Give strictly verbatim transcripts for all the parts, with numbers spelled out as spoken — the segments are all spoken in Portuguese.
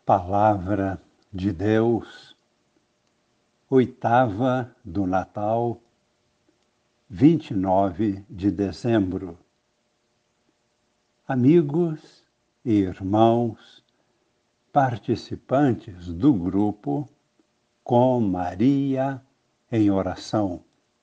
Palavra de Deus, oitava do Natal, vinte e nove de dezembro. Amigos e irmãos, participantes do grupo Com Maria em Oração.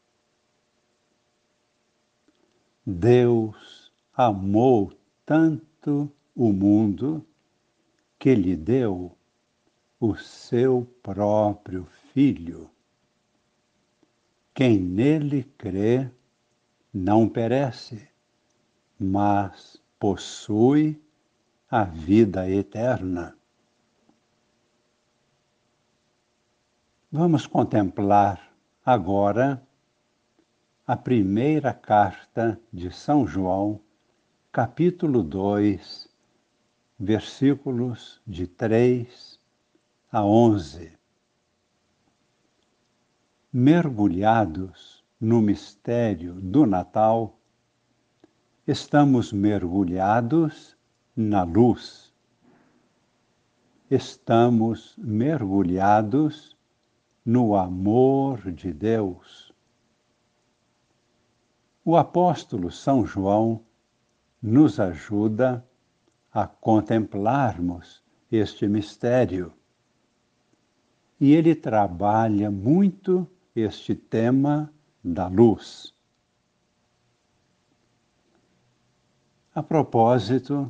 Deus amou tanto o mundo que lhe deu o seu próprio Filho. Quem nele crê não perece, mas possui a vida eterna. Vamos contemplar agora a primeira carta de São João, capítulo dois, versículos de três a onze. Mergulhados no mistério do Natal, estamos mergulhados na luz. Estamos mergulhados no amor de Deus. O apóstolo São João nos ajuda a contemplarmos este mistério. E ele trabalha muito este tema da luz. A propósito,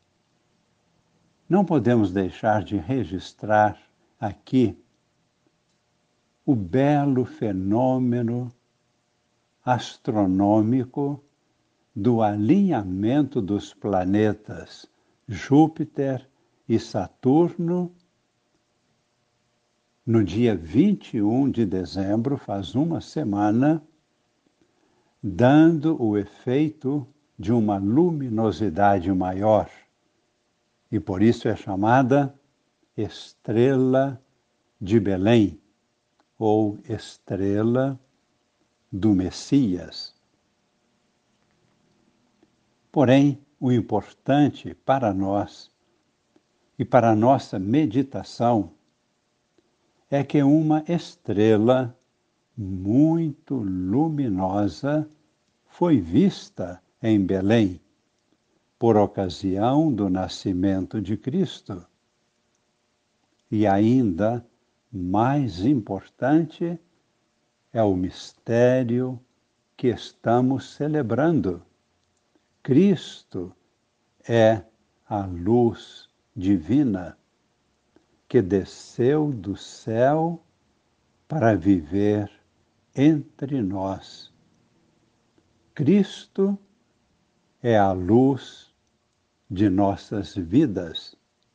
não podemos deixar de registrar aqui o belo fenômeno astronômico do alinhamento dos planetas Júpiter e Saturno no dia vinte e um de dezembro, faz uma semana, dando o efeito de uma luminosidade maior. E por isso é chamada Estrela de Belém, ou Estrela do Messias. Porém, o importante para nós e para a nossa meditação é que uma estrela muito luminosa foi vista em Belém, por ocasião do nascimento de Cristo. E ainda mais importante é o mistério que estamos celebrando. Cristo é a luz divina que desceu do céu para viver entre nós. Cristo é a luz de nossas vidas.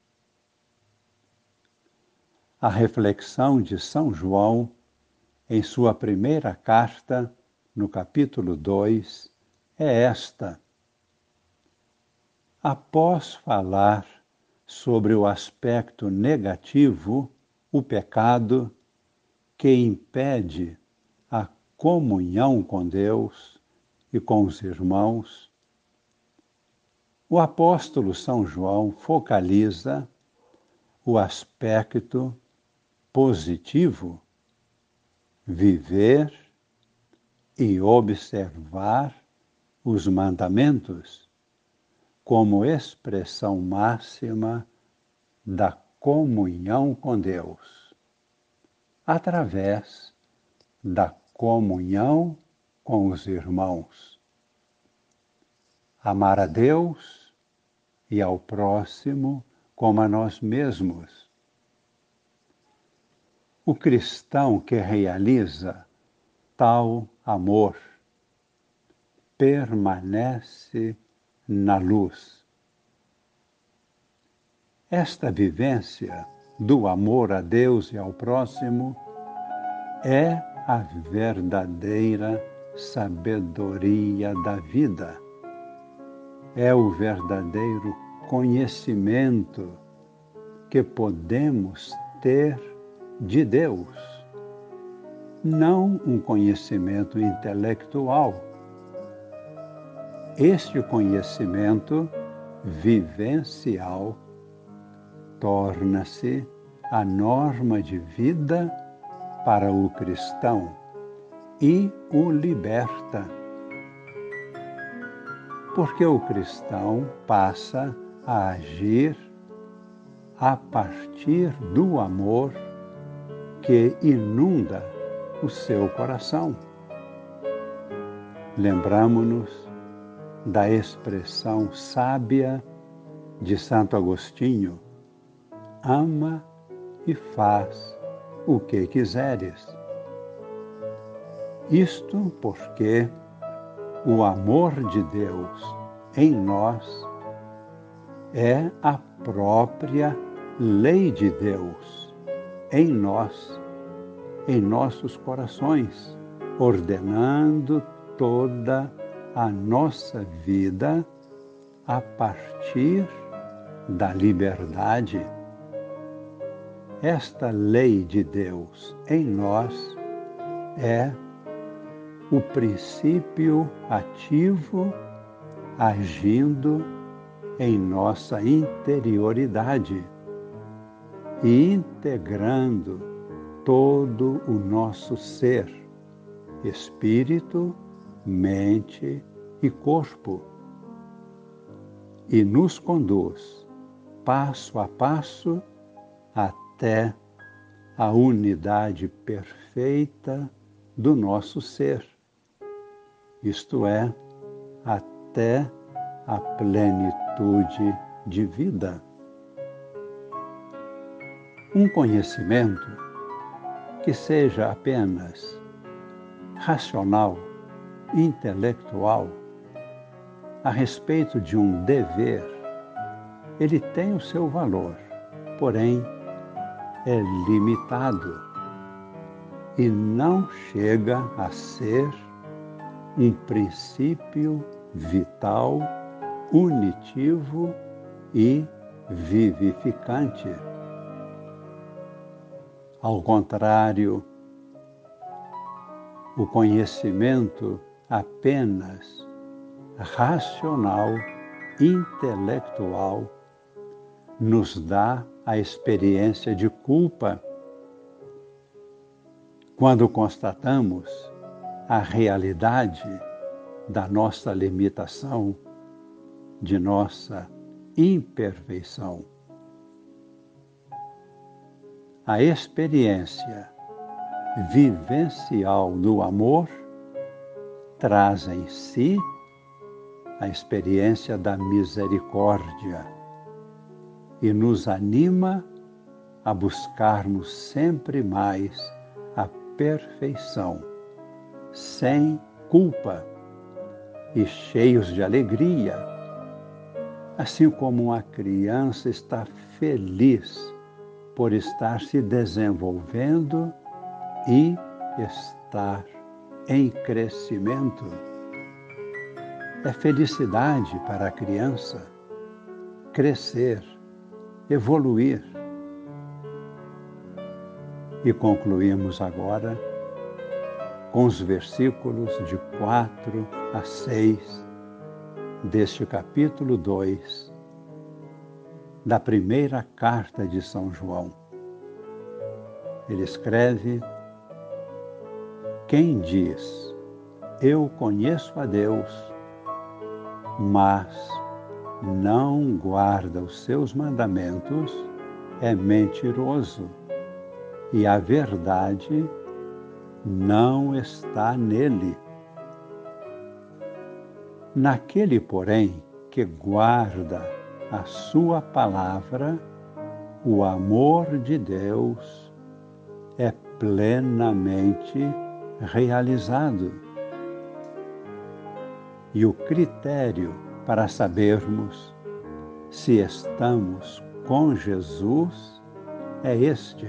A reflexão de São João, em sua primeira carta, no capítulo dois, é esta. Após falar sobre o aspecto negativo, o pecado, que impede a comunhão com Deus e com os irmãos, o apóstolo São João focaliza o aspecto positivo, viver e observar os mandamentos como expressão máxima da comunhão com Deus, através da comunhão com os irmãos. Amar a Deus e ao próximo como a nós mesmos. O cristão que realiza tal amor permanece na luz. Esta vivência do amor a Deus e ao próximo é a verdadeira sabedoria da vida. É o verdadeiro conhecimento que podemos ter de Deus. Não um conhecimento intelectual. Este conhecimento vivencial torna-se a norma de vida para o cristão e o liberta. Porque o cristão passa a agir a partir do amor que inunda o seu coração. Lembramo-nos da expressão sábia de Santo Agostinho: ama e faz o que quiseres. Isto porque o amor de Deus em nós é a própria lei de Deus em nós, em nossos corações, ordenando toda a nossa vida a partir da liberdade. Esta lei de Deus em nós é o princípio ativo agindo em nossa interioridade e integrando todo o nosso ser, espírito, mente e corpo, e nos conduz passo a passo até a unidade perfeita do nosso ser, isto é, até a plenitude de vida. Um conhecimento que seja apenas racional, intelectual, a respeito de um dever, ele tem o seu valor, porém é limitado e não chega a ser um princípio vital, unitivo e vivificante. Ao contrário, o conhecimento apenas racional, intelectual, nos dá a experiência de culpa quando constatamos a realidade da nossa limitação, de nossa imperfeição. A experiência vivencial do amor traz em si a experiência da misericórdia e nos anima a buscarmos sempre mais a perfeição, sem culpa e cheios de alegria, assim como uma criança está feliz por estar se desenvolvendo e estar em crescimento. É felicidade para a criança crescer, evoluir. E concluímos agora com os versículos de quatro a seis deste capítulo dois da primeira carta de São João. Ele escreve: quem diz, eu conheço a Deus, mas não guarda os seus mandamentos, é mentiroso, e a verdade não está nele. Naquele, porém, que guarda a sua palavra, o amor de Deus é plenamente realizado. E o critério para sabermos se estamos com Jesus é este: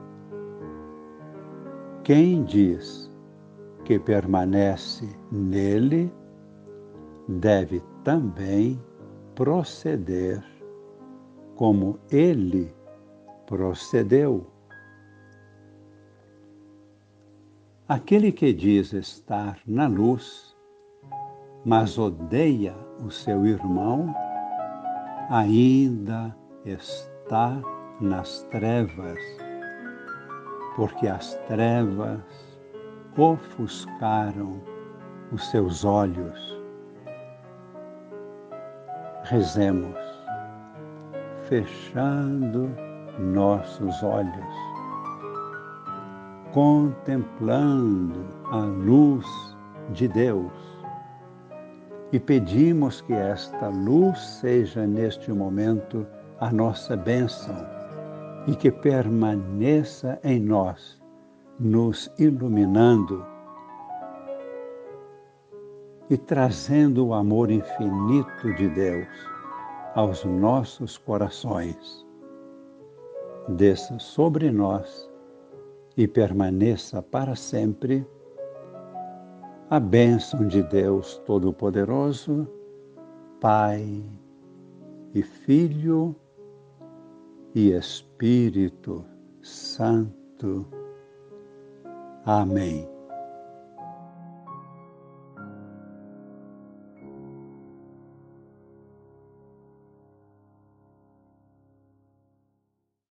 quem diz que permanece nele deve também proceder como ele procedeu. Aquele que diz estar na luz, mas odeia o seu irmão, ainda está nas trevas, porque as trevas ofuscaram os seus olhos. Rezemos, fechando nossos olhos, contemplando a luz de Deus, e pedimos que esta luz seja neste momento a nossa bênção e que permaneça em nós, nos iluminando e trazendo o amor infinito de Deus aos nossos corações. Desça sobre nós e permaneça para sempre a bênção de Deus Todo-Poderoso, Pai e Filho e Espírito Santo. Amém.